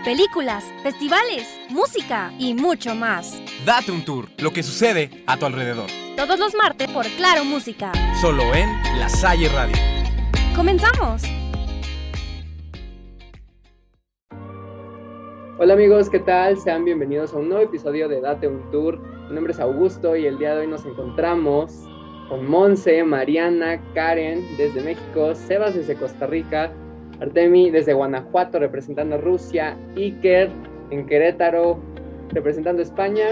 películas, festivales, música y mucho más. Date un tour, lo que sucede a tu alrededor. Todos los martes por Claro Música. Solo en La Salle Radio. ¡Comenzamos! Hola amigos, ¿qué tal? Sean bienvenidos a un nuevo episodio de Date un Tour. Mi nombre es Augusto y el día de hoy nos encontramos con Monse, Mariana, Karen desde México, Sebas desde Costa Rica, Artemi desde Guanajuato representando a Rusia, Iker en Querétaro representando a España.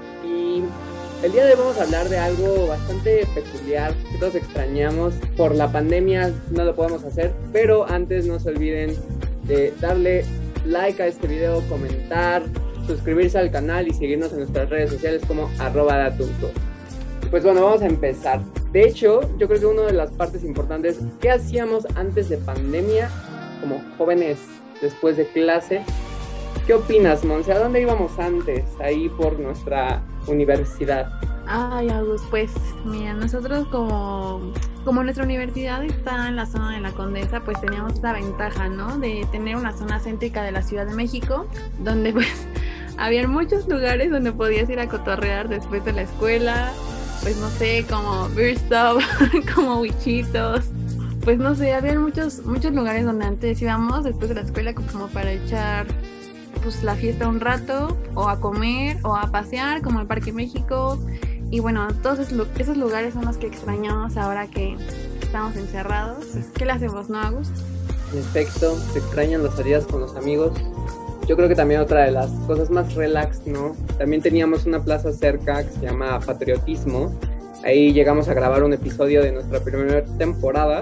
Y el día de hoy vamos a hablar de algo bastante peculiar que todos extrañamos. Por la pandemia no lo podemos hacer, pero antes no se olviden de darle like a este video, comentar, suscribirse al canal y seguirnos en nuestras redes sociales como @datuntour. Pues bueno, vamos a empezar. De hecho, yo creo que una de las partes importantes, ¿qué hacíamos antes de pandemia como jóvenes después de clase? ¿Qué opinas, Monse? ¿A dónde íbamos antes, ahí por nuestra universidad? Ay, Agus, pues mira, nosotros como nuestra universidad está en la zona de la Condesa, pues teníamos esa ventaja, ¿no? De tener una zona céntrica de la Ciudad de México, donde pues había muchos lugares donde podías ir a cotorrear después de la escuela, pues no sé, como Beer Stop, como Wichitos, pues no sé, había muchos lugares donde antes íbamos después de la escuela como para echar pues la fiesta un rato, o a comer, o a pasear, como el Parque México. Y bueno, todos esos lugares son los que extrañamos ahora que estamos encerrados. ¿Qué le hacemos, no, Agus? En efecto, se extrañan las salidas con los amigos. Yo creo que también otra de las cosas más relax, ¿no? También teníamos una plaza cerca que se llama Patriotismo. Ahí llegamos a grabar un episodio de nuestra primera temporada.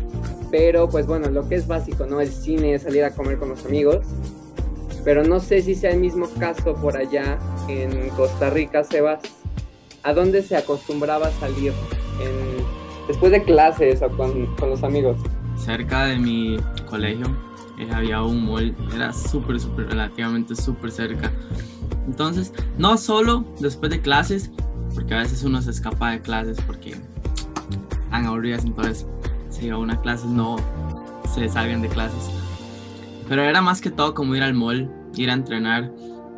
Pero pues bueno, lo que es básico, ¿no? El cine, salir a comer con los amigos. Pero no sé si sea el mismo caso por allá en Costa Rica, Sebas. ¿A dónde se acostumbraba a salir después de clases o con los amigos? Cerca de mi colegio había un mall, era relativamente súper cerca. Entonces, no solo después de clases, porque a veces uno se escapa de clases porque están aburridas, entonces se iba a una clase, no se salgan de clases. Pero era más que todo como ir al mall, ir a entrenar.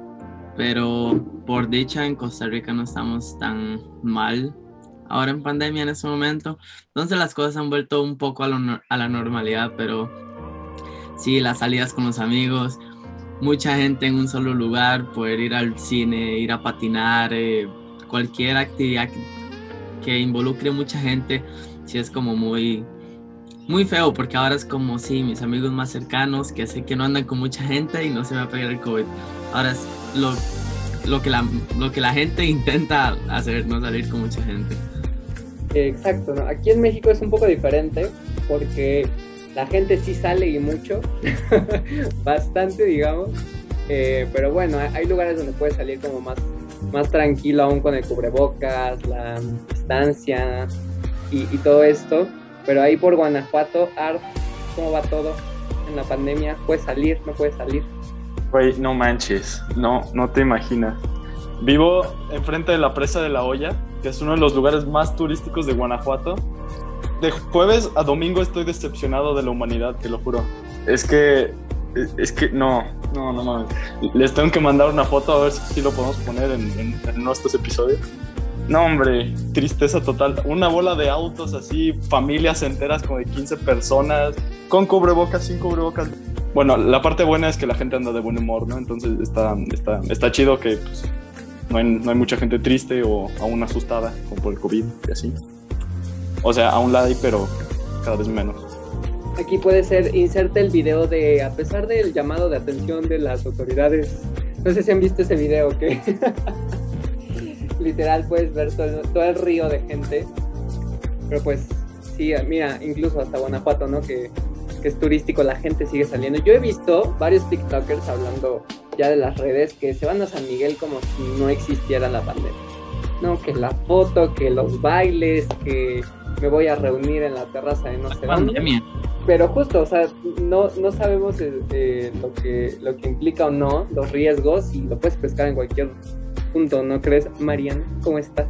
Pero por dicha en Costa Rica no estamos tan mal ahora en pandemia en este momento. Entonces las cosas han vuelto un poco a la normalidad, pero sí, las salidas con los amigos, mucha gente en un solo lugar, poder ir al cine, ir a patinar, cualquier actividad que involucre mucha gente, sí es como muy feo, porque ahora es como, sí, mis amigos más cercanos, que sé que no andan con mucha gente y no se me va a pegar el COVID. Ahora es lo que la gente intenta hacer, no salir con mucha gente. Exacto, ¿no? Aquí en México es un poco diferente, porque la gente sí sale y mucho, bastante, digamos. Pero bueno, hay lugares donde puedes salir como más tranquilo, aún con el cubrebocas, la distancia y todo esto. Pero ahí por Guanajuato, Art, ¿cómo va todo en la pandemia? ¿Puedes salir? ¿No puedes salir? Güey, no manches, no te imaginas. Vivo enfrente de la presa de La Hoya, que es uno de los lugares más turísticos de Guanajuato. De jueves a domingo estoy decepcionado de la humanidad, te lo juro. Es que no. Les tengo que mandar una foto a ver si lo podemos poner en nuestros episodios. No, hombre, tristeza total. Una bola de autos así, familias enteras como de 15 personas, con cubrebocas, sin cubrebocas. Bueno, la parte buena es que la gente anda de buen humor, ¿no? Entonces está chido que pues, no hay mucha gente triste o aún asustada como por el COVID y así. O sea, aún la hay, pero cada vez menos. Aquí puede ser, inserte el video de, a pesar del llamado de atención de las autoridades. No sé si han visto ese video, que literal puedes ver todo el río de gente. Pero pues sí, mira, incluso hasta Guanajuato, ¿no? Que es turístico, la gente sigue saliendo. Yo he visto varios TikTokers hablando ya de las redes que se van a San Miguel como si no existiera la pandemia. No, que la foto, que los bailes, que me voy a reunir en la terraza de no sé dónde. Pero justo, o sea, no sabemos lo que implica o no, los riesgos, y lo puedes pescar en cualquier punto, ¿no crees? Mariana, ¿cómo estás?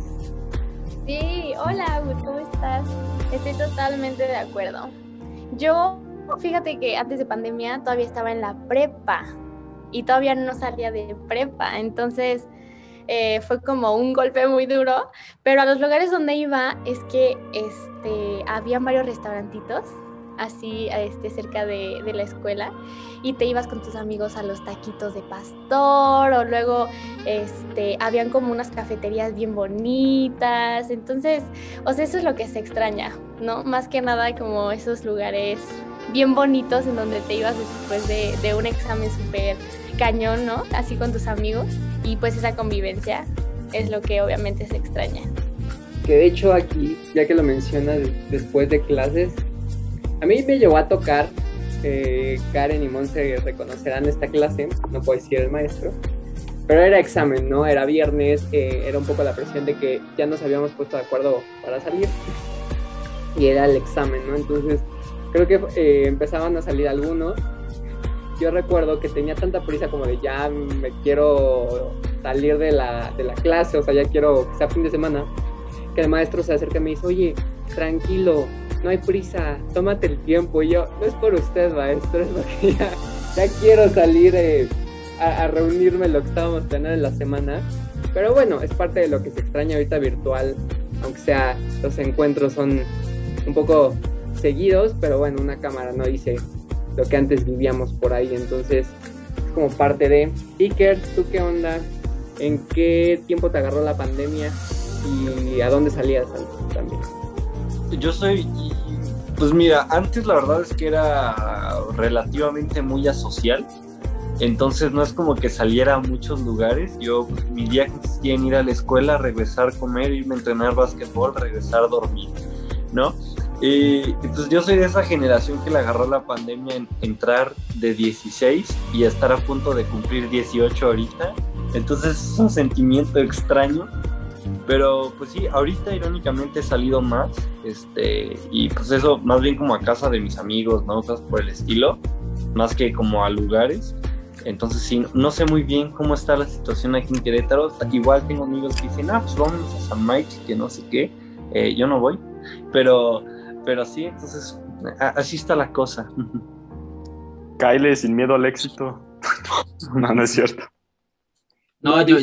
Sí, hola, Agus, ¿cómo estás? Estoy totalmente de acuerdo. Yo, fíjate que antes de pandemia todavía estaba en la prepa y todavía no salía de prepa, entonces fue como un golpe muy duro, pero a los lugares donde iba es que había varios restaurantitos así cerca de la escuela, y te ibas con tus amigos a los taquitos de pastor, o luego habían como unas cafeterías bien bonitas. Entonces, o sea, eso es lo que se extraña, ¿no? Más que nada como esos lugares bien bonitos en donde te ibas después de un examen súper cañón, ¿no? Así con tus amigos, y pues esa convivencia es lo que obviamente se extraña. Que de hecho aquí, ya que lo mencionas, después de clases, a mí me llegó a tocar, Karen y Monse reconocerán esta clase, no puedo decir el maestro, pero era examen, ¿no? Era viernes, era un poco la presión de que ya nos habíamos puesto de acuerdo para salir, y era el examen, ¿no? Entonces, creo que empezaban a salir algunos. Yo recuerdo que tenía tanta prisa como de ya me quiero salir de la clase, o sea, ya quiero que sea fin de semana, que el maestro se acerca y me dice, oye, tranquilo, no hay prisa, tómate el tiempo. Y yo, no es por usted, maestro, es porque ya quiero salir a reunirme lo que estábamos planeando en la semana. Pero bueno, es parte de lo que se extraña ahorita virtual, aunque sea los encuentros son un poco seguidos, pero bueno, una cámara no dice lo que antes vivíamos por ahí, entonces es como parte de. Iker, ¿tú qué onda? ¿En qué tiempo te agarró la pandemia? ¿Y a dónde salías también? Yo pues mira, antes la verdad es que era relativamente muy asocial, entonces no es como que saliera a muchos lugares. Mi día consistía en ir a la escuela, regresar, comer, irme a entrenar básquetbol, regresar a dormir, ¿no? Y pues yo soy de esa generación que le agarró la pandemia en entrar de 16 y estar a punto de cumplir 18 ahorita, entonces es un sentimiento extraño. Pero pues sí, ahorita irónicamente he salido más, y pues eso más bien como a casa de mis amigos, ¿no? Cosas por el estilo, más que como a lugares. Entonces sí, no sé muy bien cómo está la situación aquí en Querétaro. Igual tengo amigos que dicen, pues vámonos a San Mike, que no sé qué. Yo no voy, pero sí, entonces así está la cosa. Kyle, sin miedo al éxito. No es cierto. No, yo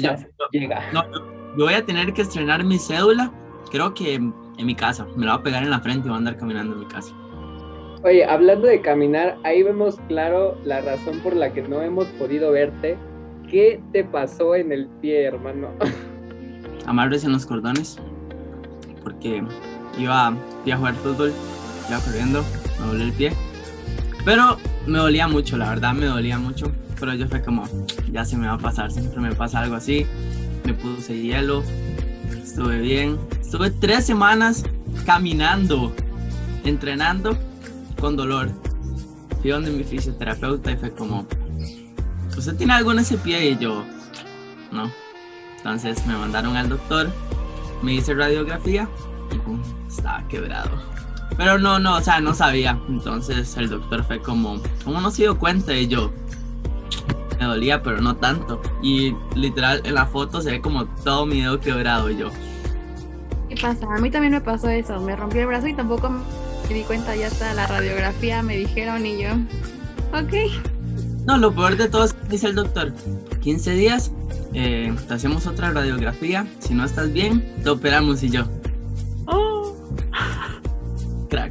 voy a tener que estrenar mi cédula, creo que en mi casa. Me la voy a pegar en la frente y voy a andar caminando en mi casa. Oye, hablando de caminar, ahí vemos claro la razón por la que no hemos podido verte. ¿Qué te pasó en el pie, hermano? Amarres en los cordones, porque fui a jugar fútbol, iba corriendo, me dolió el pie. Pero me dolía mucho, la verdad me dolía mucho. Pero yo fue como, ya se me va a pasar, siempre me pasa algo así. Me puse hielo, estuve bien. Estuve 3 semanas caminando, entrenando con dolor. Fui donde mi fisioterapeuta y fue como, ¿usted tiene algo en ese pie? Y yo, no. Entonces me mandaron al doctor, me hice radiografía y pum, estaba quebrado. Pero no sabía. Entonces el doctor fue como, ¿cómo no se dio cuenta? Y yo, me dolía, pero no tanto. Y literal, en la foto se ve como todo mi dedo quebrado. Y yo, ¿qué pasa? A mí también me pasó eso. Me rompí el brazo y tampoco me di cuenta. Ya hasta la radiografía me dijeron y yo, ok. No, lo peor de todo es que dice el doctor, 15 días, te hacemos otra radiografía. Si no estás bien, te operamos. Y yo, crack.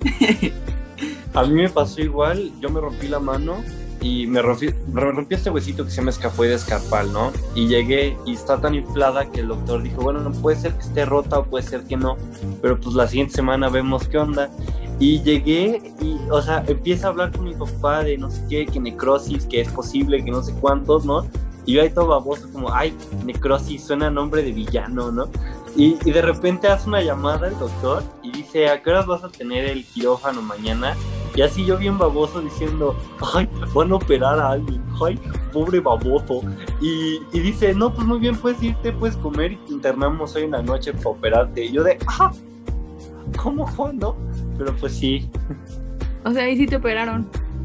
A mí me pasó igual. Yo me rompí la mano y me rompí este huesito que se me escapó de escarpal, ¿no? Y llegué y está tan inflada que el doctor dijo, bueno, no puede ser que esté rota o puede ser que no, pero pues la siguiente semana vemos qué onda. Y llegué y, o sea, empieza a hablar con mi papá de no sé qué, que necrosis, que es posible, que no sé cuántos, ¿no? Y yo ahí todo baboso como, ay, necrosis, suena a nombre de villano, ¿no? Y de repente hace una llamada el doctor y dice, ¿a qué horas vas a tener el quirófano mañana? Y así yo bien baboso diciendo, ay, van a operar a alguien, ay, pobre baboso. Y dice, no, pues muy bien, puedes irte, puedes comer y te internamos hoy en la noche para operarte. Y yo de, ¿cómo, no? Pero pues sí. O sea, ahí sí te operaron.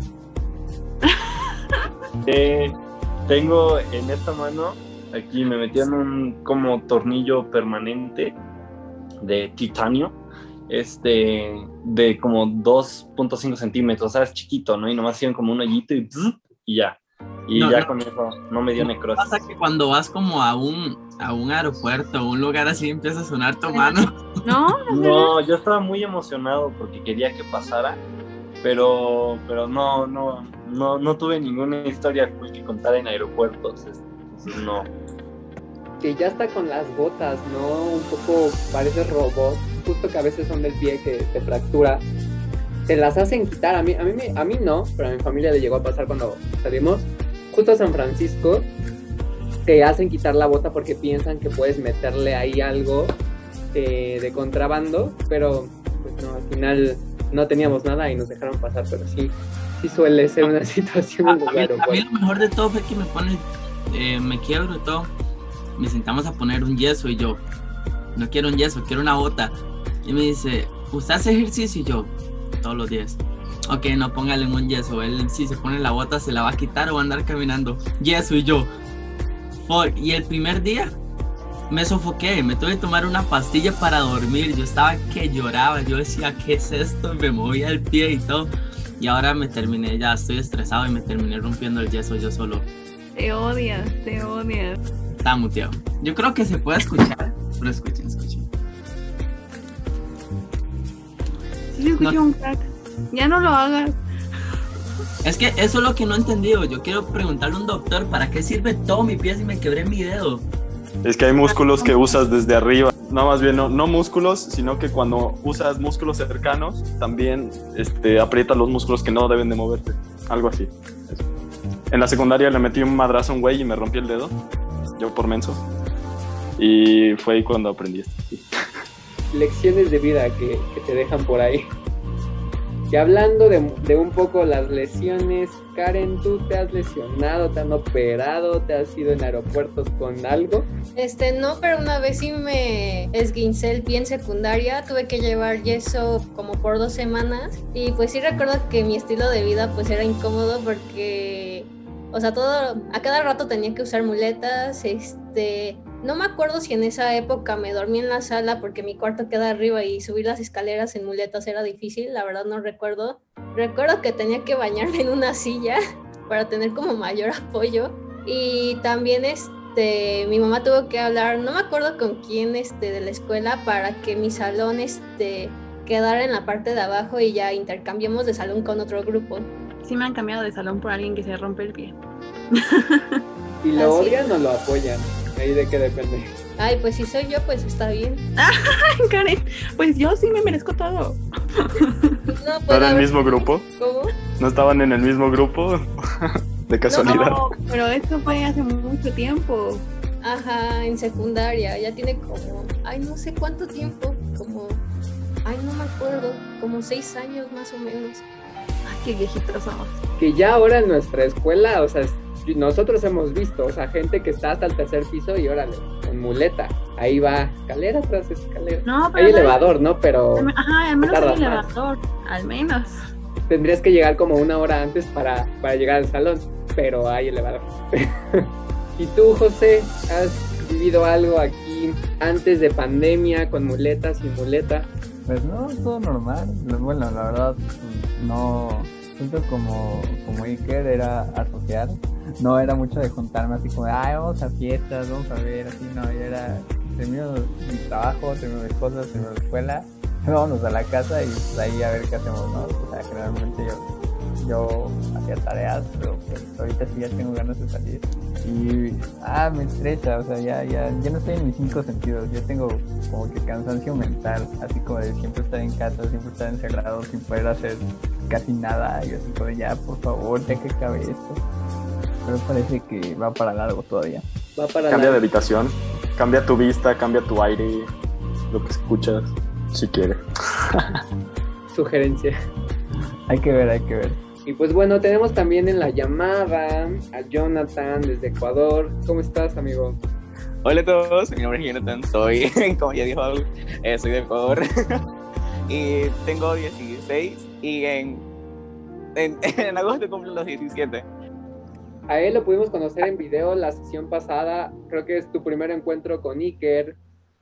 Tengo en esta mano, aquí me metieron un como tornillo permanente de titanio, de como 2.5 centímetros, o sea, es chiquito, ¿no? Y nomás hicieron como un hoyito y ya. Y No, ya no. con eso no me dio necrosis. Pasa que cuando vas como a un aeropuerto, a un lugar así, empieza a sonar tu mano. No, No, yo estaba muy emocionado porque quería que pasara, pero no tuve ninguna historia cool que contar en aeropuertos. Entonces no. Que ya está con las botas, ¿no? Un poco parece robot, justo que a veces son del pie que te fractura. Te las hacen quitar, a mí no, pero a mi familia le llegó a pasar cuando salimos justo a San Francisco, te hacen quitar la bota porque piensan que puedes meterle ahí algo de contrabando, pero pues no, al final no teníamos nada y nos dejaron pasar, pero sí suele ser una situación en el A mí aeropuerto. lo mejor de todo fue que me quiebro y todo. Me sentamos a poner un yeso y yo, no quiero un yeso, quiero una bota. Y me dice, ¿usted hace ejercicio? Y yo, todos los días. Ok, no, póngale un yeso. Él, si se pone la bota, se la va a quitar o va a andar caminando. Yeso. Y yo, fuck. Y el primer día me sofoqué. Me tuve que tomar una pastilla para dormir. Yo estaba que lloraba. Yo decía, ¿qué es esto? Me movía el pie y todo. Y ahora ya estoy estresado y me terminé rompiendo el yeso yo solo. te odias. Estaba muteado. Yo creo que se puede escuchar. Pero escuchen. Sí se escucha un crack. Ya no lo hagas. Es que eso es lo que no he entendido. Yo quiero preguntarle a un doctor para qué sirve todo mi pie si me quebré mi dedo. Es que hay músculos que usas desde arriba. No, más bien, no músculos, sino que cuando usas músculos cercanos, también aprietas los músculos que no deben de moverte. Algo así. Eso. En la secundaria le metí un madrazo a un güey y me rompí el dedo. Yo por menso. Y fue ahí cuando aprendí esto. Lecciones de vida que te dejan por ahí. Y hablando de un poco las lesiones, Karen, ¿tú te has lesionado, te han operado, te has ido en aeropuertos con algo? No, pero una vez sí me esguincé el pie en secundaria, tuve que llevar yeso como por 2 semanas y pues sí recuerdo que mi estilo de vida pues era incómodo porque, o sea, a cada rato tenía que usar muletas, no me acuerdo si en esa época me dormí en la sala porque mi cuarto queda arriba y subir las escaleras en muletas era difícil, la verdad no recuerdo. Recuerdo que tenía que bañarme en una silla para tener como mayor apoyo y también mi mamá tuvo que hablar, no me acuerdo con quién de la escuela para que mi salón quedara en la parte de abajo y ya intercambiamos de salón con otro grupo. Sí me han cambiado de salón por alguien que se rompe el pie. ¿Y lo Así. odian o lo apoyan? ¿Ahí de qué depende? Ay, pues si soy yo, pues está bien. Karen, pues yo sí me merezco todo. No, ¿No era el mismo grupo? ¿Cómo? ¿No estaban en el mismo grupo? De casualidad. No, pero esto fue hace mucho tiempo. Ajá, en secundaria, ya tiene como, no sé cuánto tiempo, no me acuerdo, como 6 años más o menos. Ay, qué viejitos somos. Que ya ahora en nuestra escuela, o sea, nosotros hemos visto, o sea, gente que está hasta el 3er piso y órale, en muleta. Ahí va, escalera tras escalera. No, pero Hay elevador, ¿no? Pero ajá, al menos hay tardas más. elevador. Al menos. Tendrías que llegar como 1 hora antes para llegar al salón, pero hay elevador. ¿Y tú, José, has vivido algo aquí antes de pandemia, con muleta, sin muleta? Pues no, todo normal. Bueno, la verdad, no. Siento como Iker era asociar. No era mucho de juntarme así como de, vamos a fiestas, vamos a ver, así, no. Yo era, termino mi trabajo, termino mis cosas, termino la escuela, vámonos a la casa y pues ahí a ver qué hacemos, ¿no? O sea, generalmente yo hacía tareas, pero pues ahorita sí ya tengo ganas de salir. Y, me estresa, o sea, ya no estoy en mis 5 sentidos, yo tengo como que cansancio mental, así como de siempre estar en casa, siempre estar encerrado, sin poder hacer casi nada, y así como de ya, por favor, ya que acabe esto. Pero parece que va para largo todavía. Va para Cambia de la... habitación, cambia tu vista, cambia tu aire, lo que escuchas, si quieres. Sugerencia. Hay que ver. Y pues bueno, tenemos también en la llamada a Jonathan desde Ecuador. ¿Cómo estás, amigo? Hola a todos, mi nombre es Jonathan, soy, como ya dijo, soy de Ecuador y tengo 16 y en agosto cumplo los 17. A él lo pudimos conocer en video la sesión pasada. Creo que es tu primer encuentro con Iker,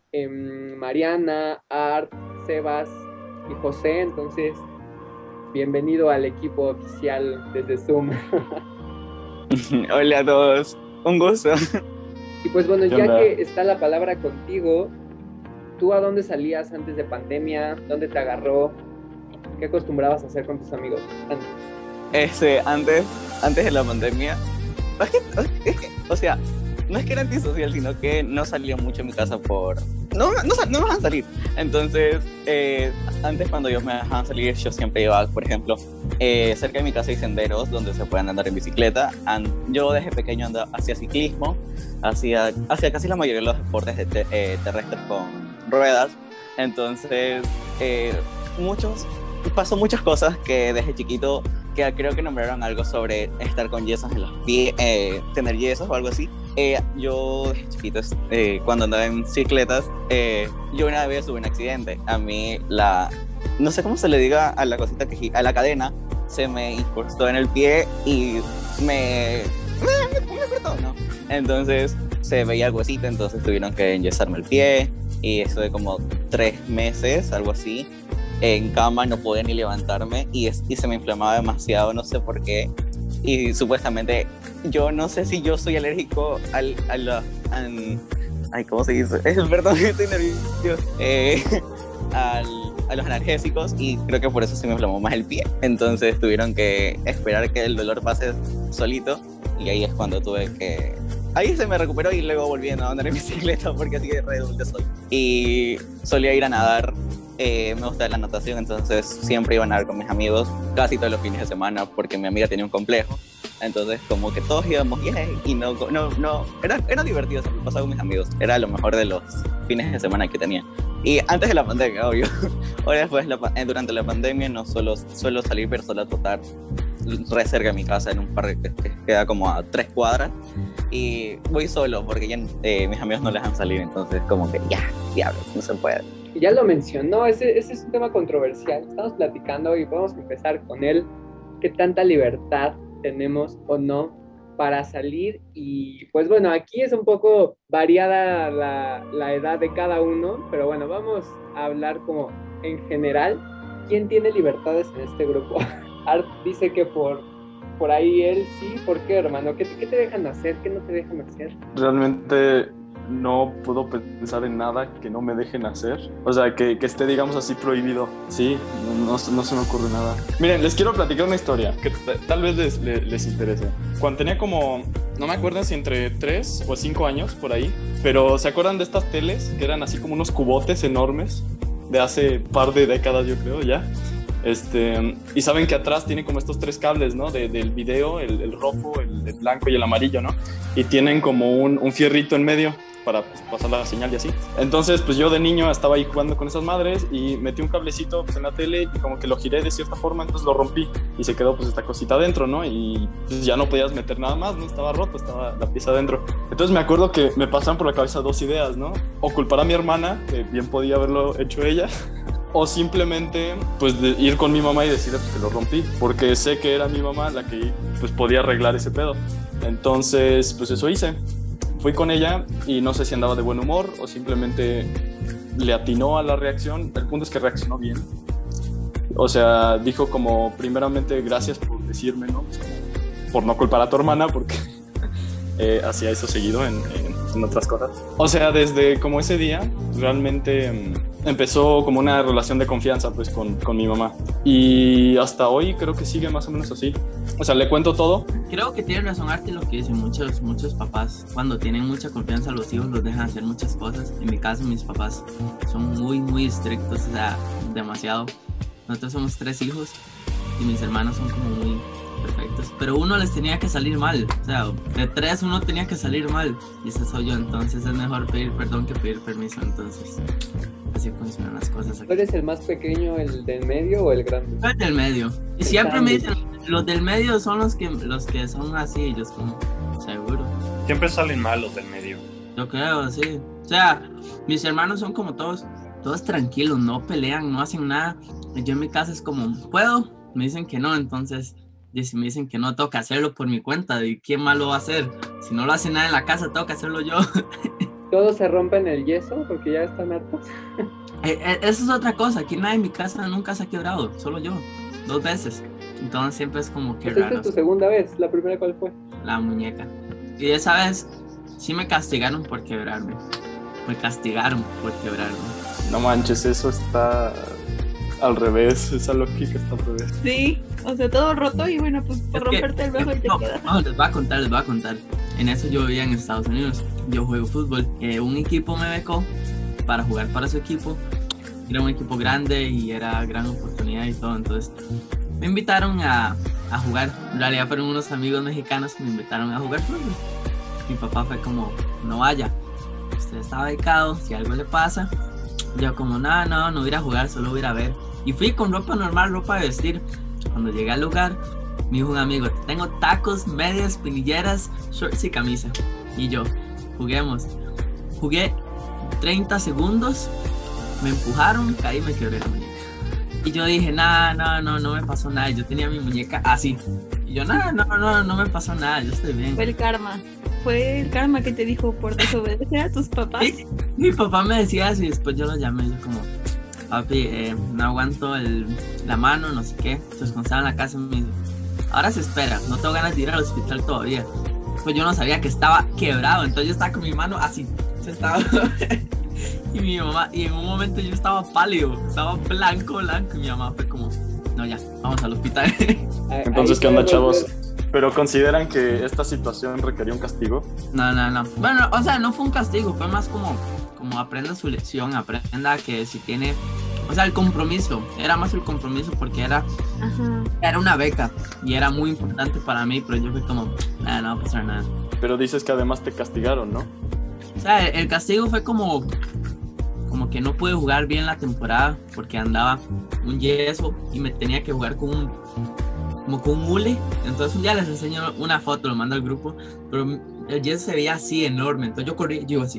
Mariana, Art, Sebas y José. Entonces, bienvenido al equipo oficial desde Zoom. Hola a todos, un gusto. Y pues bueno, ¿Qué ya onda? que está la palabra contigo, ¿tú a dónde salías antes de pandemia? ¿Dónde te agarró? ¿Qué acostumbrabas a hacer con tus amigos antes? Antes de la pandemia, o sea, no es que era antisocial, sino que no salía mucho en mi casa por... No me dejaban salir. Entonces, antes cuando ellos me dejaban salir, yo siempre iba, por ejemplo, cerca de mi casa hay senderos donde se pueden andar en bicicleta. Yo desde pequeño hacía ciclismo, hacía casi la mayoría de los deportes terrestres con ruedas. Entonces, pasó muchas cosas que desde chiquito, que creo que nombraron algo sobre estar con yesos en los pies, tener yesos o algo así. Yo desde chiquito, cuando andaba en bicicletas, yo una vez tuve un accidente. A mí no sé cómo se le diga a la cosita a la cadena, se me incrustó en el pie y me cortó, ¿no? Entonces se veía el huesito, entonces tuvieron que enyesarme el pie y estuve como 3 meses, algo así, en cama, no podía ni levantarme y se me inflamaba demasiado, no sé por qué. Y supuestamente, yo no sé si yo soy alérgico ¿cómo se dice? Perdón, estoy nervioso. A los analgésicos, y creo que por eso se me inflamó más el pie. Entonces tuvieron que esperar que el dolor pase solito, y ahí es cuando ahí se me recuperó y luego volví a andar en bicicleta porque así de re adulto soy. Y solía ir a nadar. Me gusta la natación, entonces siempre iba a nadar con mis amigos casi todos los fines de semana porque mi amiga tenía un complejo. Entonces como que todos íbamos y no era divertido, se me pasaba con mis amigos. Era lo mejor de los fines de semana que tenía. Y antes de la pandemia, obvio. Ahora después, durante la pandemia, no suelo salir, pero suelo trotar re cerca de mi casa en un parque que queda como a 3 cuadras. Y voy solo porque ya mis amigos no les dejan salir, entonces como que diablos, no se puede. Ya lo mencionó, ese es un tema controversial. Estamos platicando y podemos empezar con él. ¿Qué tanta libertad tenemos o no para salir? Y pues bueno, aquí es un poco variada la edad de cada uno, pero bueno, vamos a hablar como en general. ¿Quién tiene libertades en este grupo? Art dice que por ahí él sí. ¿Por qué, hermano? ¿Qué te dejan hacer? ¿Qué no te dejan hacer? Realmente no puedo pensar en nada que no me dejen hacer. O sea, que esté, digamos así, prohibido. Sí, no se me ocurre nada. Miren, les quiero platicar una historia que tal vez les interese. Cuando tenía como, no me acuerdo si entre 3 o 5 años, por ahí, pero ¿se acuerdan de estas teles que eran así como unos cubotes enormes de hace par de décadas, yo creo, ya? Y saben que atrás tiene como estos 3 cables, ¿no? Del video, el rojo, el blanco y el amarillo, ¿no? Y tienen como un fierrito en medio para pasar la señal y así. Entonces, pues yo de niño estaba ahí jugando con esas madres y metí un cablecito pues, en la tele y como que lo giré de cierta forma, entonces lo rompí y se quedó pues esta cosita adentro, ¿no? Y pues ya no podías meter nada más, ¿no? Estaba roto, estaba la pieza adentro. Entonces me acuerdo que me pasaban por la cabeza 2 ideas, ¿no? O culpar a mi hermana, que bien podía haberlo hecho ella, o simplemente pues ir con mi mamá y decirle pues, que lo rompí, porque sé que era mi mamá la que pues podía arreglar ese pedo. Entonces pues eso hice. Fui con ella y no sé si andaba de buen humor o simplemente le atinó a la reacción. El punto es que reaccionó bien. O sea, dijo como primeramente gracias por decirme, ¿no? Pues por no culpar a tu hermana, porque hacía eso seguido en otras cosas. O sea, desde como ese día realmente empezó como una relación de confianza pues con mi mamá. Y hasta hoy creo que sigue más o menos así. O sea, le cuento todo. Creo que tiene razón Arte lo que dicen muchos papás. Cuando tienen mucha confianza a los hijos los dejan hacer muchas cosas. En mi caso mis papás son muy estrictos, o sea, demasiado. Nosotros somos 3 hijos y mis hermanos son como muy perfectos. Pero uno les tenía que salir mal. O sea, de 3 uno tenía que salir mal. Y ese soy yo, entonces es mejor pedir perdón que pedir permiso. Entonces así funcionan las cosas aquí. ¿Tú eres el más pequeño, el del medio o el grande? El del medio. Y siempre me dicen, los del medio son los que son así, ellos como, seguro. Siempre salen mal los del medio. Yo creo, sí. O sea, mis hermanos son como todos tranquilos, no pelean, no hacen nada. Yo en mi casa es como, ¿puedo? Me dicen que no, entonces, y si me dicen que no, tengo que hacerlo por mi cuenta. ¿Y quién más lo va a hacer? Si no lo hace nada en la casa, tengo que hacerlo yo. ¿Todos se rompen el yeso porque ya están hartos? Eso es otra cosa. Aquí nadie en mi casa nunca se ha quebrado, solo yo, 2 veces. Entonces siempre es como que Pues raro. esta es tu segunda vez, ¿la primera cuál fue? la muñeca. Y esa vez sí me castigaron por quebrarme. Me castigaron por quebrarme. No manches, eso está al revés, esa lógica está al revés. Sí, o sea, todo roto y bueno, pues por romperte el brazo y te quedas. No, les voy a contar. En eso yo vivía en Estados Unidos. Yo juego fútbol. Un equipo me becó para jugar para su equipo. Era un equipo grande y era gran oportunidad y todo. Entonces me invitaron a jugar. En realidad fueron unos amigos mexicanos que me invitaron a jugar fútbol. Mi papá fue como, no vaya, usted está becado, si algo le pasa. Yo como, no voy a ir a jugar, solo voy a ir a ver. Y fui con ropa normal, ropa de vestir. Cuando llegué al lugar, me dijo un amigo, tengo tacos, medias, pinilleras, shorts y camisa. Y yo, juguemos. Jugué 30 segundos, me empujaron, caí y me quebré la muñeca. Y yo dije, no me pasó nada. Yo tenía mi muñeca así. Y yo, no me pasó nada, yo estoy bien. Fue el karma que te dijo por desobedecer a tus papás. Sí, mi papá me decía así, después yo lo llamé, yo como, papi, no aguanto la mano, no sé qué. Entonces cuando estaba en la casa me dijo, ahora se espera, no tengo ganas de ir al hospital todavía. Pues yo no sabía que estaba quebrado, entonces yo estaba con mi mano así, sentado. Y mi mamá, y en un momento yo estaba pálido, estaba blanco, y mi mamá fue como, no, ya, vamos al hospital. Entonces, ¿qué onda, chavos? ¿Pero consideran que esta situación requería un castigo? No. Bueno, o sea, no fue un castigo, fue más como aprenda su lección, aprenda que si tiene, o sea, el compromiso, era más el compromiso porque era una beca y era muy importante para mí, pero yo fui como, no va a pasar nada. Pero dices que además te castigaron, ¿no? O sea, el castigo fue como que no pude jugar bien la temporada porque andaba un yeso y me tenía que jugar con un hule. Entonces un día les enseño una foto, lo mando al grupo, pero el yeso se veía así enorme, entonces yo corría así.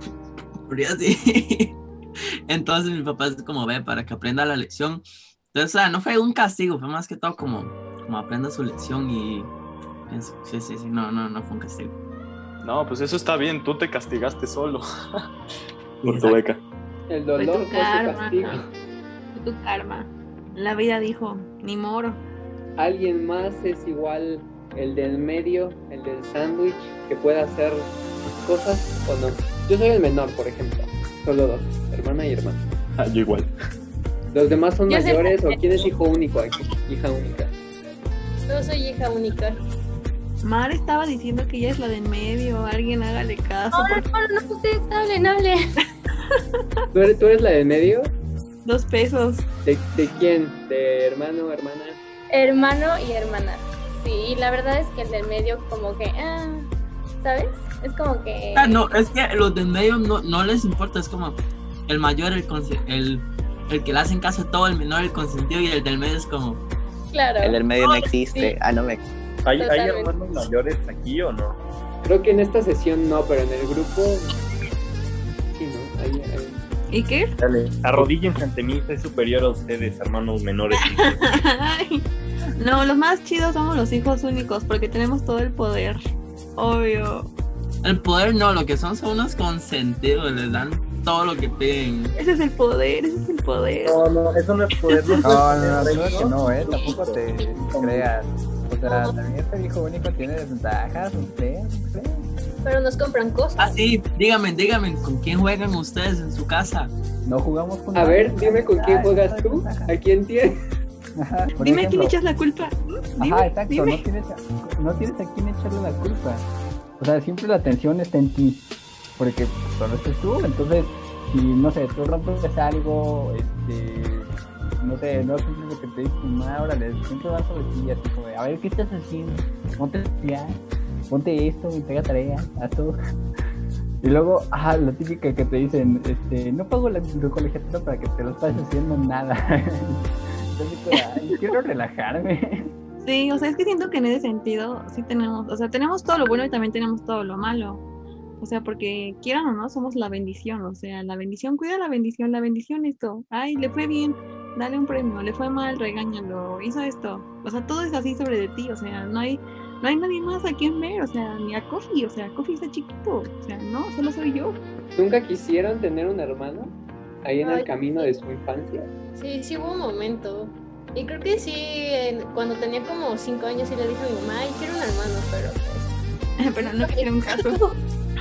Entonces mi papá es como, ve, para que aprenda la lección. Entonces, o sea, no fue un castigo, fue más que todo como aprenda su lección y eso. Sí, no fue un castigo. No, pues eso está bien, tú te castigaste solo por tu beca. El dolor fue su castigo. Fue tu karma. La vida dijo, ni moro. ¿Alguien más es igual el del medio, el del sándwich, que pueda hacer cosas o no? Yo soy el menor, por ejemplo. Solo dos, hermana y hermano. Yo igual. ¿Los demás son mayores o quién es hijo único aquí? Hija única. Yo soy hija única. Mar estaba diciendo que ella es la del medio, alguien hágale caso. No, ustedes hablen. ¿Tú eres la del medio? 2 pesos. ¿De quién? ¿De hermano, hermana? Hermano y hermana. Sí, la verdad es que el del medio como que, ¿sabes? Es como que... No, es que los del medio no les importa, es como el mayor, el que le hacen caso a todo, el menor, el consentido, y el del medio es como... Claro. El del medio no existe, sí. ¿Hay hermanos mayores aquí o no? Creo que en esta sesión no, pero en el grupo... Sí, ¿no? Hay. ¿Y qué? Dale, arrodíllense ante mí, soy superior a ustedes, hermanos menores. No, los más chidos somos los hijos únicos, porque tenemos todo el poder. Obvio. El poder no, lo que son unos consentidos, les dan todo lo que piden. Ese es el poder. No, eso no es poder. No, creo que no, tampoco te creas. O sea, también este hijo único tiene desventajas, no sé. Pero nos compran cosas. Ah, sí, dígame, ¿con quién juegan ustedes en su casa? No jugamos con A ver, dime con quién juegas tú, ¿a quién tienes? Ajá, dime a quién echas la culpa. Ajá, exacto, no tienes a quién echarle la culpa. O sea, siempre la atención está en ti, porque solo estás tú. Entonces, si, no sé, tú rompes algo, no sé, no cumples lo que te dice tu mamá, órale, siempre vas sobre ti, así como, a ver, ¿qué estás haciendo? Ponte esto, entrega tarea, haz todo. Y luego, la típica que te dicen, no pago la colegiatura para que te lo estés haciendo nada. Entonces, quiero relajarme. Sí, o sea, es que siento que en ese sentido sí tenemos todo lo bueno y también tenemos todo lo malo. O sea, porque quieran o no, somos la bendición. O sea, la bendición, cuida la bendición esto. Ay, le fue bien, dale un premio, le fue mal, regáñalo, hizo esto. O sea, todo es así sobre de ti. O sea, no hay nadie más a quien ver. O sea, ni a Coffee. O sea, Coffee está chiquito. O sea, no, solo soy yo. ¿Nunca quisieron tener un hermano ahí en el camino de su infancia? Sí hubo un momento. Y creo que sí, cuando tenía como 5 años sí le dije a mi mamá, ay, quiero un hermano, pero pues pero no quiero un caso.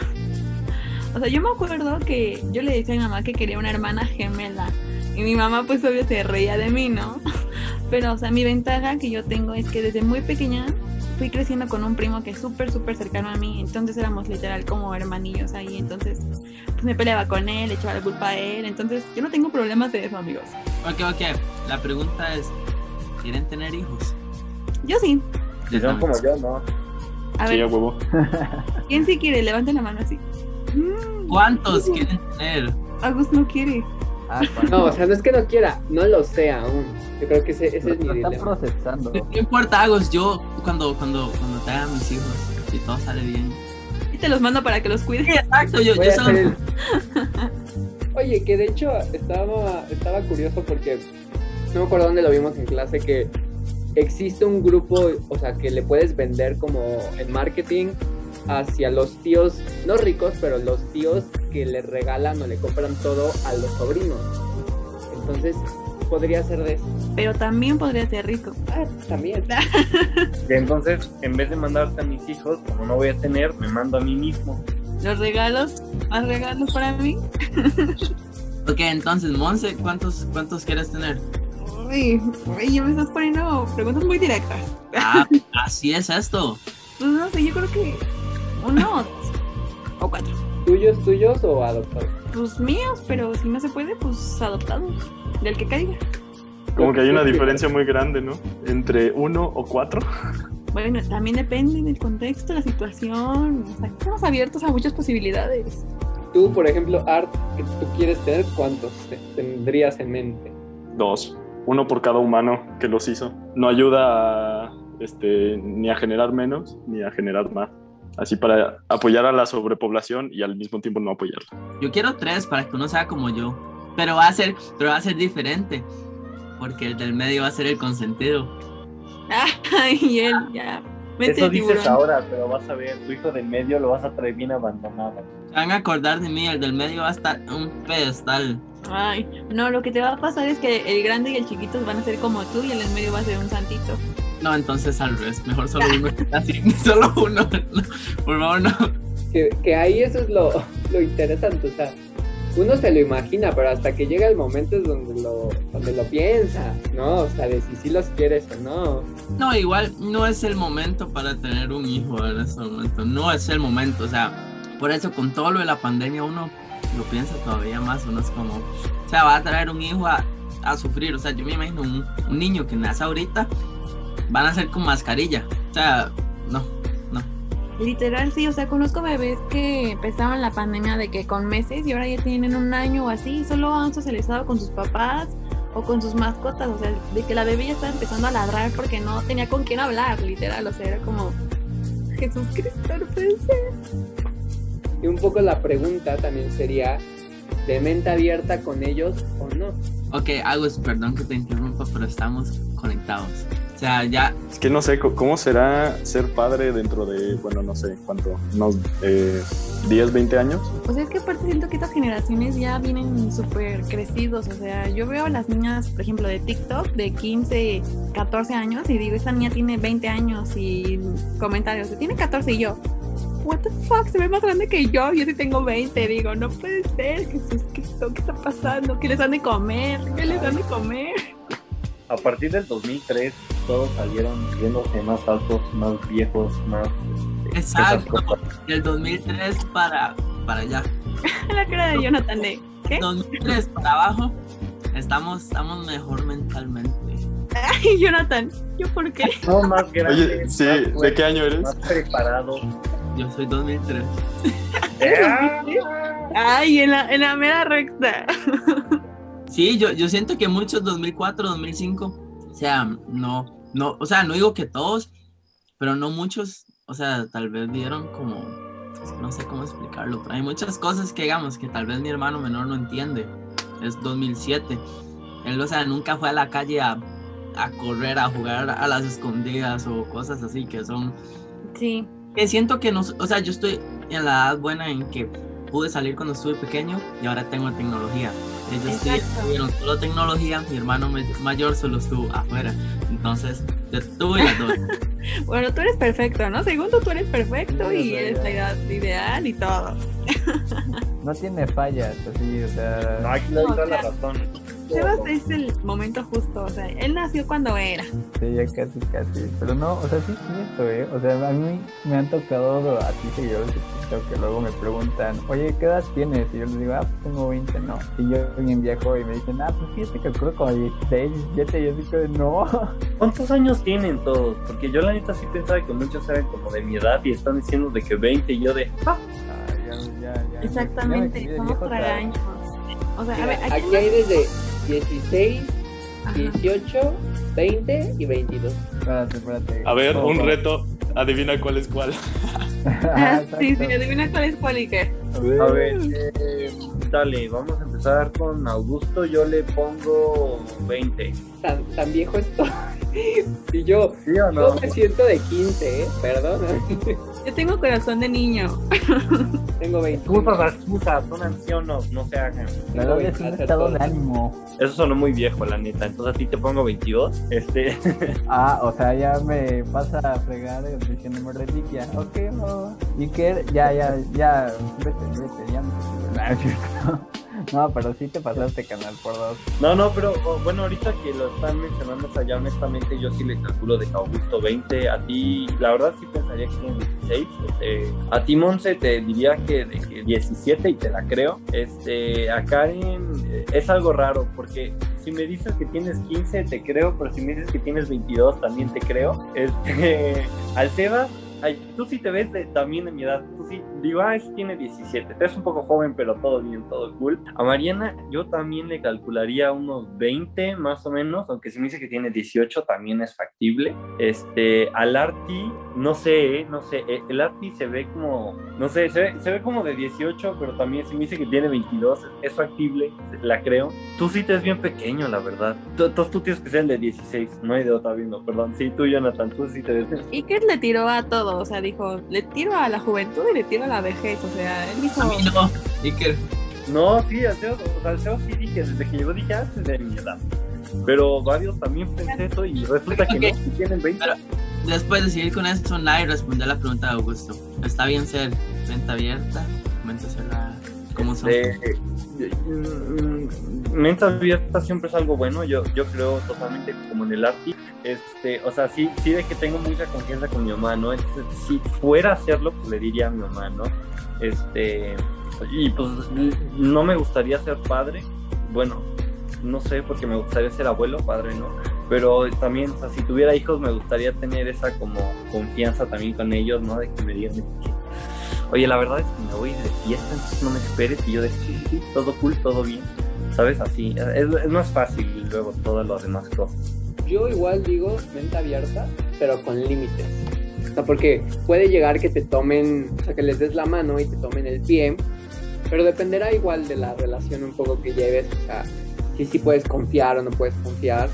O sea, yo me acuerdo que yo le decía a mi mamá que quería una hermana gemela. Y mi mamá, pues, obvio, se reía de mí, ¿no? Pero, o sea, mi ventaja que yo tengo es que desde muy pequeña fui creciendo con un primo que es súper, súper cercano a mí. Entonces éramos literal como hermanillos ahí. Entonces, pues me peleaba con él, le echaba la culpa a él. Entonces, yo no tengo problemas de eso, amigos. Ok. La pregunta es, ¿quieren tener hijos? Yo sí. Si son como yo, no. A Sí, ver, a huevo. ¿quién sí quiere? Levanten la mano así. ¿Cuántos quieren tener? Agus no quiere. No, o sea, no es que no quiera, no lo sé aún. Yo creo que ese es mi Lo están dilema. procesando. No importa, Agus, yo cuando tenga mis hijos, si todo sale bien. Y te los mando para que los cuides. Sí, exacto, yo Voy a solo... hacer el- Oye, que de hecho estaba curioso porque no me acuerdo dónde lo vimos en clase, que existe un grupo, o sea, que le puedes vender como en marketing hacia los tíos, no ricos, pero los tíos que le regalan o le compran todo a los sobrinos. Entonces, podría ser de eso. Pero también podría ser rico. También. Y entonces, en vez de mandarte a mis hijos, como no voy a tener, me mando a mí mismo. Los regalos, más regalos para mí. Ok, entonces, Monse, ¿cuántos quieres tener? Uy, ya me estás poniendo preguntas muy directas. Así es esto. Pues no sé, yo creo que 1 o 4. ¿Tuyos o adoptados? Pues míos, pero si no se puede, pues adoptados. Del que caiga. Como que hay una diferencia muy grande, ¿no? Entre 1 o 4. Bueno, también depende del contexto, la situación. O sea, estamos abiertos a muchas posibilidades. Tú, por ejemplo, Art, que tú quieres tener, ¿cuántos tendrías en mente? 2. 1 por cada humano que los hizo. No ayuda a, ni a generar menos ni a generar más. Así para apoyar a la sobrepoblación y al mismo tiempo no apoyarla. Yo quiero 3 para que uno sea como yo. Pero va a ser diferente. Porque el del medio va a ser el consentido. Ay, él ya. Mete Eso el dices tiburón. ahora, pero vas a ver, tu hijo del medio lo vas a traer bien abandonado. Se van a acordar de mí, el del medio va a estar un pedestal. Ay, no, lo que te va a pasar es que el grande y el chiquito van a ser como tú y el en medio va a ser un santito. No, entonces al revés, mejor solo uno. Así, solo uno. No, por favor, no. Que ahí eso es lo interesante, o sea, uno se lo imagina, pero hasta que llega el momento es donde lo piensa, ¿no? O sea, de si sí los quieres o no. No, igual no es el momento para tener un hijo en este momento. No es el momento, o sea, por eso con todo lo de la pandemia uno lo piensa todavía más. Uno es como, o sea, va a traer un hijo a sufrir. O sea, yo me imagino un niño que nace ahorita, van a ser con mascarilla. O sea, no. Literal, sí, o sea, conozco bebés que empezaron la pandemia de que con meses y ahora ya tienen 1 año o así, y solo han socializado con sus papás o con sus mascotas, o sea, de que la bebé ya estaba empezando a ladrar porque no tenía con quién hablar, literal, o sea, era como, Jesús Cristo, no puede ser. Y un poco la pregunta también sería, ¿de mente abierta con ellos o no? Ok, Agus, perdón que te interrumpa, pero estamos conectados. O sea, ya... Es que no sé, ¿cómo será ser padre dentro de, bueno, no sé, cuánto, unos 10, 20 años? O sea, es que aparte siento que estas generaciones ya vienen súper crecidos, o sea, yo veo a las niñas, por ejemplo, de TikTok, de 15, 14 años, y digo, esta niña tiene 20 años, y comentarios, tiene 14, y yo, what the fuck, se ve más grande que yo sí tengo 20, digo, no puede ser, Jesús Cristo, ¿qué está pasando? ¿Qué les dan de comer? ¿Qué les dan de comer? A partir del 2003, todos salieron viéndose más altos, más viejos, más... Exacto, del 2003 para allá. La cara de Jonathan de, ¿qué? 2003 para abajo, estamos mejor mentalmente. Ay, Jonathan, ¿yo por qué? No, más grande. Oye, sí, ¿de qué año eres? Más preparado. Yo soy 2003. Ay, en la mera recta. Sí, yo siento que muchos 2004, 2005, o sea, no, o sea, no digo que todos, pero no muchos, o sea, tal vez vieron como, no sé cómo explicarlo, pero hay muchas cosas que digamos que tal vez mi hermano menor no entiende. Es 2007, él, o sea, nunca fue a la calle a correr, a jugar a las escondidas o cosas así que son... Sí. Que siento que no, o sea, yo estoy en la edad buena en que pude salir cuando estuve pequeño y ahora tengo tecnología. Ellos tuvieron solo tecnología, mi hermano mayor solo estuvo afuera. Entonces, yo tuve las dos. Bueno, tú eres perfecto, ¿no? Segundo, tú eres perfecto y eres la edad ideal y todo. No tiene fallas, así, o sea... No, aquí le doy toda la razón. Sebas es el momento justo, o sea, él nació cuando era. Sí, ya casi. Pero no, o sea, sí es cierto, O sea, a mí me han tocado así seguidores de TikTok que luego me preguntan, oye, ¿qué edad tienes? Y yo les digo, pues tengo 20, no. Y yo bien viejo y me dicen, pues fíjate que calculo como 16, 17, y yo digo, no. ¿Cuántos años tienen todos? Porque yo la neta sí pensaba que muchos eran como de mi edad y están diciendo de que 20 y yo de... Ya. Exactamente, somos tragaños. O sea, a ver, aquí hay desde 16, 18, 20 y 22. Espérate. A ver, un reto. Adivina cuál es cuál. Sí, adivina cuál es cuál y qué. A ver, dale, vamos a empezar con Augusto. Yo le pongo 20. Tan viejo estoy. Y yo, ¿sí o no? Yo me siento de 15, perdón. Yo tengo corazón de niño. Tengo 20. Excusas, son ancianos, no se hagan. La verdad es un estado de ánimo. Eso sonó muy viejo, la neta. Entonces a ti te pongo 22. O sea, ya me pasa a fregar diciéndome reliquia. Ok, no. Iker, ya, vete, ya no. No, pero sí te pasaste, canal, por dos. No, pero bueno, ahorita que lo están mencionando, o sea, ya honestamente yo sí le calculo de Augusto 20. A ti, la verdad sí pensaría que tienes 16. A ti, Monse, te diría que 17 y te la creo. A Karen es algo raro porque si me dices que tienes 15 te creo, pero si me dices que tienes 22 también te creo. Al Sebas, tú sí te ves también de mi edad. Tú sí, digo, ese tiene 17. Te ves un poco joven, pero todo bien, todo cool. A Mariana, yo también le calcularía unos 20 más o menos, aunque si me dice que tiene 18 también es factible. Al Arti, no sé. El Arti se ve como, no sé, se ve como de 18, pero también si me dice que tiene 22, es factible, la creo. Tú sí te ves bien pequeño, la verdad. Entonces tú tienes que ser el de 16, no hay de otra viendo, perdón. Sí, tú, Jonathan, tú sí te ves. Iker le tiró a todo, o sea, dijo, le tiro a la juventud y le tiro a la vejez, o sea, él dijo... A mí no, Iker. No, sí, al Seo sí dije, desde que llegó dije, es de mi edad. Pero varios también pensé eso y resulta que no, que tienen 20. Pero después de seguir con eso, nadie respondió a la pregunta de Augusto. ¿Está bien ser mente abierta? ¿Mente cerrada? ¿Cómo son? Mente abierta siempre es algo bueno, yo creo totalmente como en el Arti. O sea, sí de que tengo mucha confianza con mi mamá, ¿no? Entonces, si fuera a hacerlo, pues le diría a mi mamá, ¿no? Y pues no me gustaría ser padre, bueno, no sé, porque me gustaría ser abuelo, padre, ¿no? Pero también, o sea, si tuviera hijos, me gustaría tener esa como confianza también con ellos, ¿no? De que me digan, oye, la verdad es que me voy de fiesta, entonces no me esperes, y yo de sí, todo cool, todo bien, ¿sabes? Así, es más fácil luego todas las demás cosas. Yo igual digo mente abierta, pero con límites. O sea, porque puede llegar que te tomen, o sea, que les des la mano y te tomen el pie, pero dependerá igual de la relación un poco que lleves, o sea, si puedes confiar o no puedes confiar,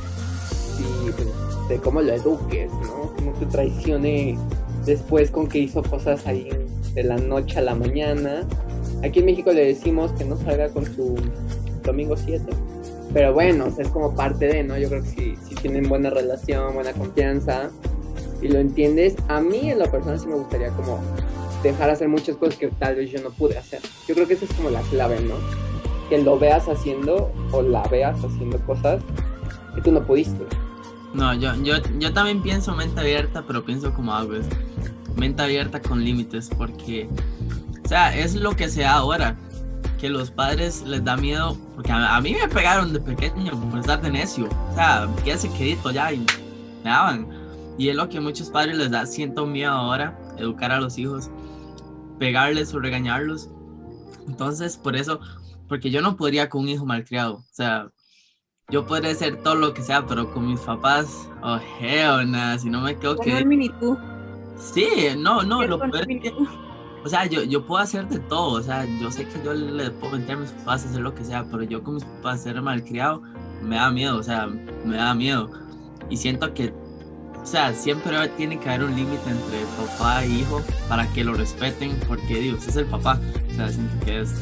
y pues, de cómo lo eduques, ¿no? Que no te traicione después con que hizo cosas ahí de la noche a la mañana. Aquí en México le decimos que no salga con su domingo 7. Pero bueno, o sea, es como parte de, ¿no? Yo creo que si tienen buena relación, buena confianza y lo entiendes, a mí en lo personal sí me gustaría como dejar hacer muchas cosas que tal vez yo no pude hacer. Yo creo que esa es como la clave, ¿no? Que lo veas haciendo o la veas haciendo cosas que tú no pudiste. No, yo también pienso mente abierta, pero pienso como hago es mente abierta con límites, porque, o sea, es lo que sea ahora. Que los padres les da miedo, porque a mí me pegaron de pequeño por estar de necio, o sea, quédese quedito ya y me daban, y es lo que a muchos padres les da, siento miedo ahora, educar a los hijos, pegarles o regañarlos. Entonces por eso, porque yo no podría con un hijo malcriado, o sea, yo podría hacer todo lo que sea, pero con mis papás, nada, si no me quedo que... Sí, no, lo peor es que... O sea, yo puedo hacer de todo, o sea, yo sé que yo le puedo meter a mis papás a hacer lo que sea, pero yo con mis papás ser malcriado me da miedo, o sea, me da miedo. Y siento que, o sea, siempre tiene que haber un límite entre papá e hijo para que lo respeten, porque, digo, usted es el papá, o sea, siento que es...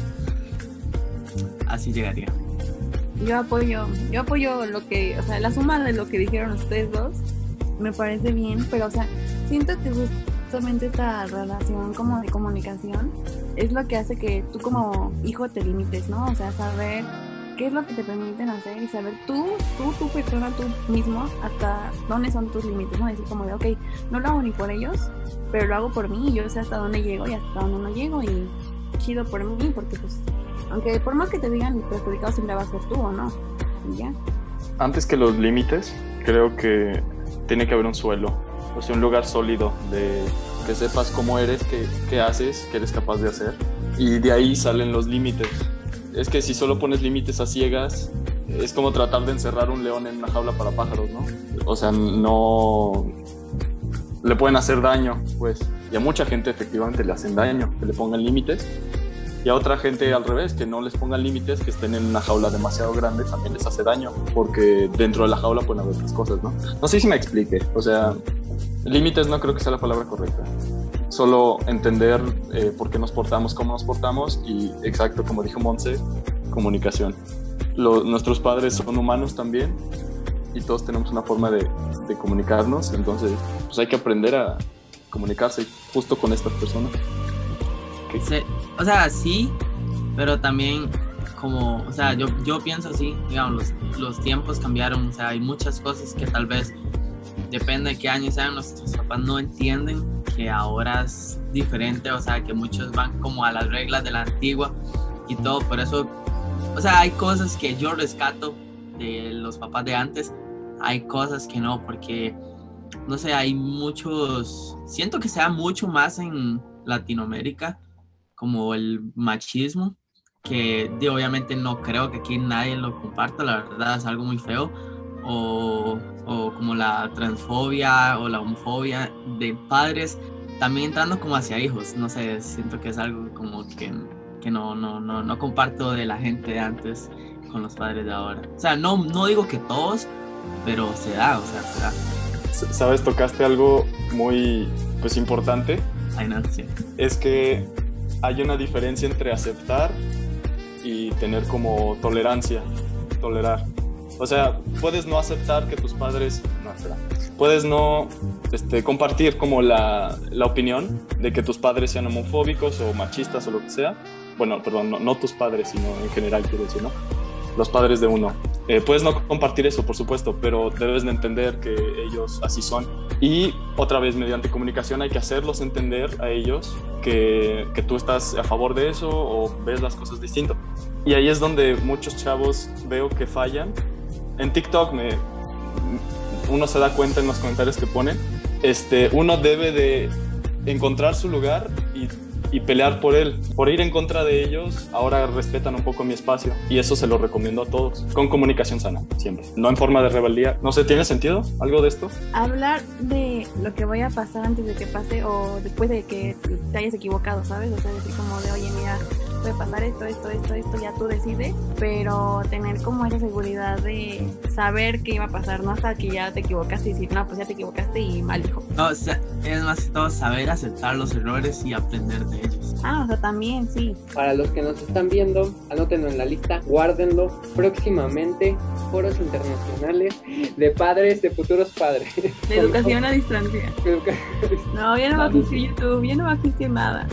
Así llegaría. Yo apoyo lo que, o sea, la suma de lo que dijeron ustedes dos, me parece bien, pero o sea, siento que justamente esta relación como de comunicación es lo que hace que tú como hijo te limites, ¿no? O sea, saber qué es lo que te permiten hacer y saber tu persona, tú mismo, hasta dónde son tus límites, ¿no? Decir como de, ok, no lo hago ni por ellos, pero lo hago por mí y yo sé hasta dónde llego y hasta dónde no llego y chido por mí, porque pues, aunque por más que te digan perjudicado siempre vas a ser tú, ¿o no? Y ya. Antes que los límites, creo que tiene que haber un suelo, o sea, un lugar sólido de que sepas cómo eres, qué haces, qué eres capaz de hacer, y de ahí salen los límites. Es que si solo pones límites a ciegas, es como tratar de encerrar un león en una jaula para pájaros, ¿no? O sea, no le pueden hacer daño, pues, y a mucha gente efectivamente le hacen daño, que le pongan límites, y a otra gente al revés, que no les pongan límites, que estén en una jaula demasiado grande, también les hace daño, porque dentro de la jaula pueden haber otras cosas, ¿no? No sé si me explique, o sea, límites no creo que sea la palabra correcta. Solo entender por qué nos portamos, cómo nos portamos y, exacto, como dijo Monse, comunicación. Nuestros padres son humanos también y todos tenemos una forma de comunicarnos, entonces pues hay que aprender a comunicarse justo con estas personas. Sí, o sea, sí, pero también como, o sea, yo pienso así, digamos, los tiempos cambiaron, o sea, hay muchas cosas que tal vez, depende de qué año sean, nuestros papás no entienden que ahora es diferente, o sea, que muchos van como a las reglas de la antigua y todo, por eso, o sea, hay cosas que yo rescato de los papás de antes, hay cosas que no, porque, no sé, hay muchos, siento que sea mucho más en Latinoamérica, como el machismo, que obviamente no creo que aquí nadie lo comparta, la verdad es algo muy feo, o como la transfobia o la homofobia de padres también entrando como hacia hijos, no sé, siento que es algo como que no comparto de la gente de antes con los padres de ahora. O sea, no digo que todos, pero se da. Sabes, tocaste algo muy pues importante. Ay, no, sí. Es que hay una diferencia entre aceptar y tener como tolerancia, tolerar. O sea, puedes no aceptar que tus padres... Puedes no compartir como la opinión de que tus padres sean homofóbicos o machistas o lo que sea. Bueno, perdón, no tus padres, sino en general, quiero decir, ¿no? Los padres de uno. Puedes no compartir eso, por supuesto, pero debes de entender que ellos así son. Y otra vez, mediante comunicación hay que hacerlos entender a ellos que tú estás a favor de eso o ves las cosas distinto. Y ahí es donde muchos chavos veo que fallan. En TikTok uno se da cuenta en los comentarios que ponen. Uno debe de encontrar su lugar y pelear por él. Por ir en contra de ellos, ahora respetan un poco mi espacio. Y eso se lo recomiendo a todos. Con comunicación sana, siempre. No en forma de rebeldía. No sé, ¿tiene sentido algo de esto? Hablar de lo que vaya a pasar antes de que pase o después de que te hayas equivocado, ¿sabes? O sea, decir como de, oye, mira, puede pasar esto, ya tú decides, pero tener como esa seguridad de saber qué iba a pasar, no hasta que ya te equivocaste y decir, no, pues ya te equivocaste y mal, hijo. No, o sea, es más que todo saber aceptar los errores y aprender de ellos. O sea, también, sí. Para los que nos están viendo, anótenlo en la lista, guárdenlo. Próximamente, foros internacionales de padres, de futuros padres. De educación a distancia. No, ya no va a existir YouTube, ya no va a existir nada.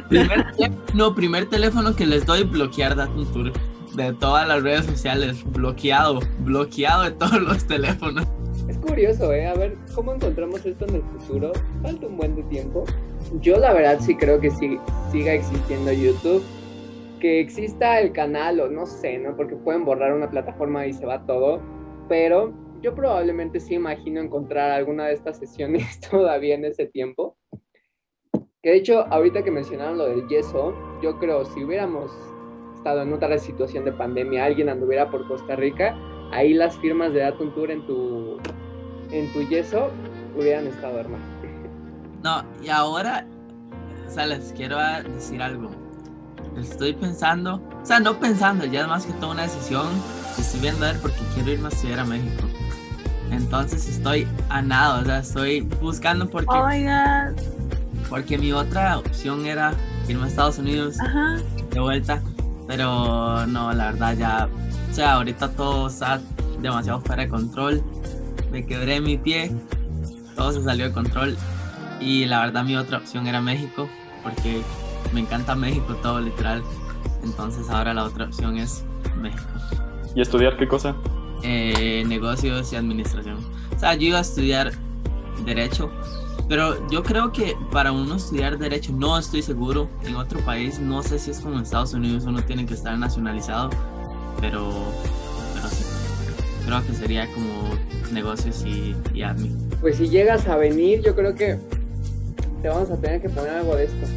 No, primer teléfono que les doy, bloquear Datum Tour de todas las redes sociales, bloqueado de todos los teléfonos. Es curioso, a ver, ¿cómo encontramos esto en el futuro? Falta un buen de tiempo. Yo la verdad sí creo que siga existiendo YouTube, que exista el canal o no sé, ¿no? Porque pueden borrar una plataforma y se va todo, pero yo probablemente sí imagino encontrar alguna de estas sesiones todavía en ese tiempo. Que de hecho, ahorita que mencionaron lo del yeso, yo creo si hubiéramos estado en otra situación de pandemia, alguien anduviera por Costa Rica, ahí las firmas de Datum Tour en tu yeso hubieran estado, hermano. No, y ahora, o sea, les quiero decir algo. Estoy pensando, o sea, no pensando, ya es más que toda una decisión que estoy viendo a ver porque quiero irme a estudiar a México. Entonces estoy a nada, o sea, estoy buscando porque... Oigan. Porque mi otra opción era irme a Estados Unidos. Ajá. De vuelta, pero no, la verdad ya, o sea, ahorita todo está demasiado fuera de control. Me quebré mi pie todo se salió de control y la verdad mi otra opción era México, porque me encanta México todo, literal. Entonces ahora la otra opción es México. ¿Y estudiar qué cosa? Negocios y administración. O sea, yo iba a estudiar Derecho, pero yo creo que para uno estudiar Derecho, no estoy seguro, en otro país, no sé si es como en Estados Unidos, uno tiene que estar nacionalizado, pero sí, creo que sería como negocios y admin. Pues si llegas a venir, yo creo que te vamos a tener que poner algo de esto.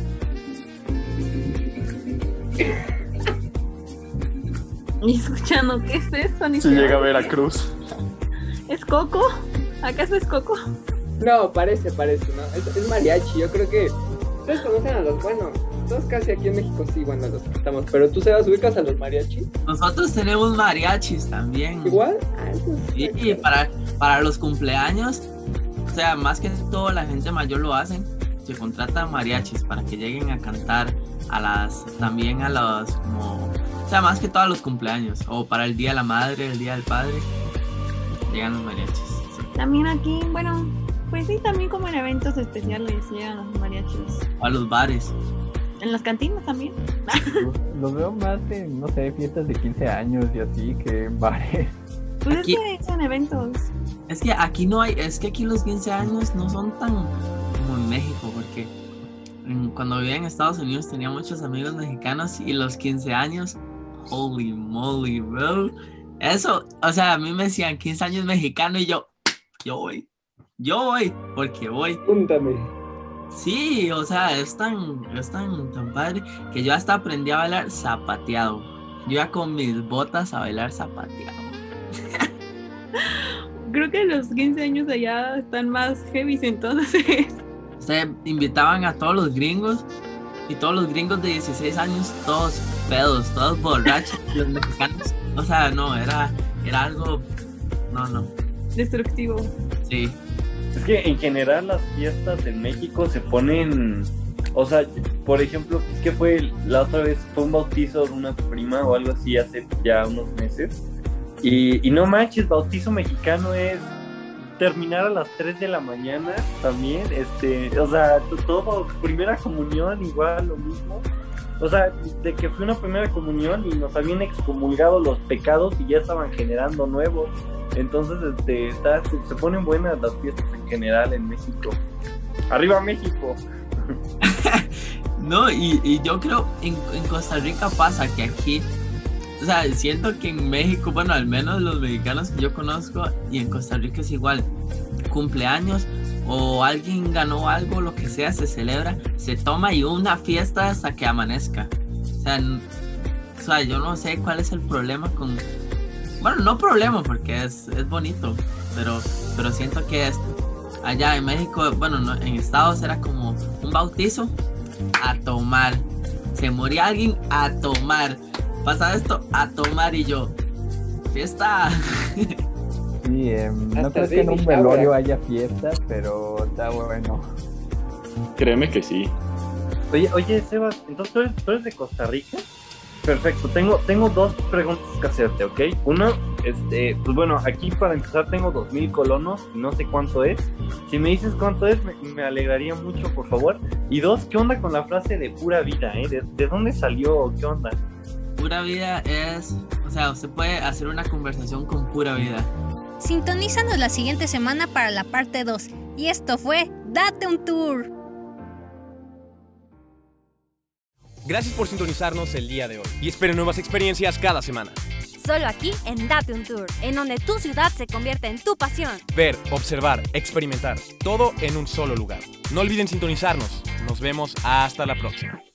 Y escuchando, ¿qué es eso? Si llega a Veracruz. ¿Es Coco? ¿Acaso es Coco? No, parece, ¿no? Es mariachi, yo creo que ustedes conocen a los, bueno, todos casi aquí en México sí, bueno, los que estamos, pero tú, Sebas, ubicas a los mariachi. Nosotros tenemos mariachis también. ¿Igual? Sí, para los cumpleaños, o sea, más que todo la gente mayor lo hacen, se contratan mariachis para que lleguen a cantar también a los, como, o sea, más que todo a los cumpleaños, o para el Día de la Madre, el Día del Padre, llegan los mariachis. Sí. También aquí, bueno, pues sí, también como en eventos especiales llegan los mariachis. O a los bares. En las cantinas también. Los veo más en, no sé, fiestas de 15 años y así que en bares. Pues aquí, es que son eventos. Es que aquí no hay, es que aquí los 15 años no son tan como en México, porque cuando vivía en Estados Unidos tenía muchos amigos mexicanos y los 15 años, holy moly, bro. Eso, o sea, a mí me decían 15 años mexicano y yo voy, porque voy. Púntame. Sí, o sea, es tan padre que yo hasta aprendí a bailar zapateado. Yo iba con mis botas a bailar zapateado. Creo que los 15 años allá están más heavy, entonces. O sea, invitaban a todos los gringos y todos los gringos de 16 años, todos pedos, todos borrachos, los mexicanos. O sea, no, era algo, no. Destructivo. Sí. Es que en general las fiestas en México se ponen, o sea, por ejemplo, ¿qué fue la otra vez? Fue un bautizo de una prima o algo así hace ya unos meses. Y no manches, bautizo mexicano es terminar a las 3 de la mañana también, o sea, todo, primera comunión igual, lo mismo. O sea, de que fue una primera comunión y nos habían excomulgado los pecados y ya estaban generando nuevos. Entonces, se ponen buenas las fiestas en general en México. ¡Arriba México! No, y yo creo en Costa Rica pasa que aquí, o sea, siento que en México, bueno, al menos los mexicanos que yo conozco, y en Costa Rica es igual, cumpleaños o alguien ganó algo, lo que sea, se celebra, se toma y una fiesta hasta que amanezca. O sea, yo no sé cuál es el problema con... Bueno, no problema porque es bonito, pero siento que allá en México, bueno, no, en Estados era como un bautizo a tomar, se moría alguien a tomar, pasa esto a tomar y yo, fiesta. Sí, no creo que en un velorio haya fiesta, pero está bueno. Créeme que sí. Oye, Sebas, entonces ¿tú eres de Costa Rica? Perfecto, tengo dos preguntas que hacerte, ¿ok? Uno, pues bueno, aquí para empezar tengo 2,000 colonos, no sé cuánto es. Si me dices cuánto es, me alegraría mucho, por favor. Y dos, ¿qué onda con la frase de pura vida, ¿De dónde salió? ¿Qué onda? Pura vida es, o sea, usted puede hacer una conversación con pura vida. Sintonízanos la siguiente semana para la parte 2. Y esto fue Date un Tour. Gracias por sintonizarnos el día de hoy y esperen nuevas experiencias cada semana. Solo aquí en Date un Tour, en donde tu ciudad se convierte en tu pasión. Ver, observar, experimentar, todo en un solo lugar. No olviden sintonizarnos. Nos vemos hasta la próxima.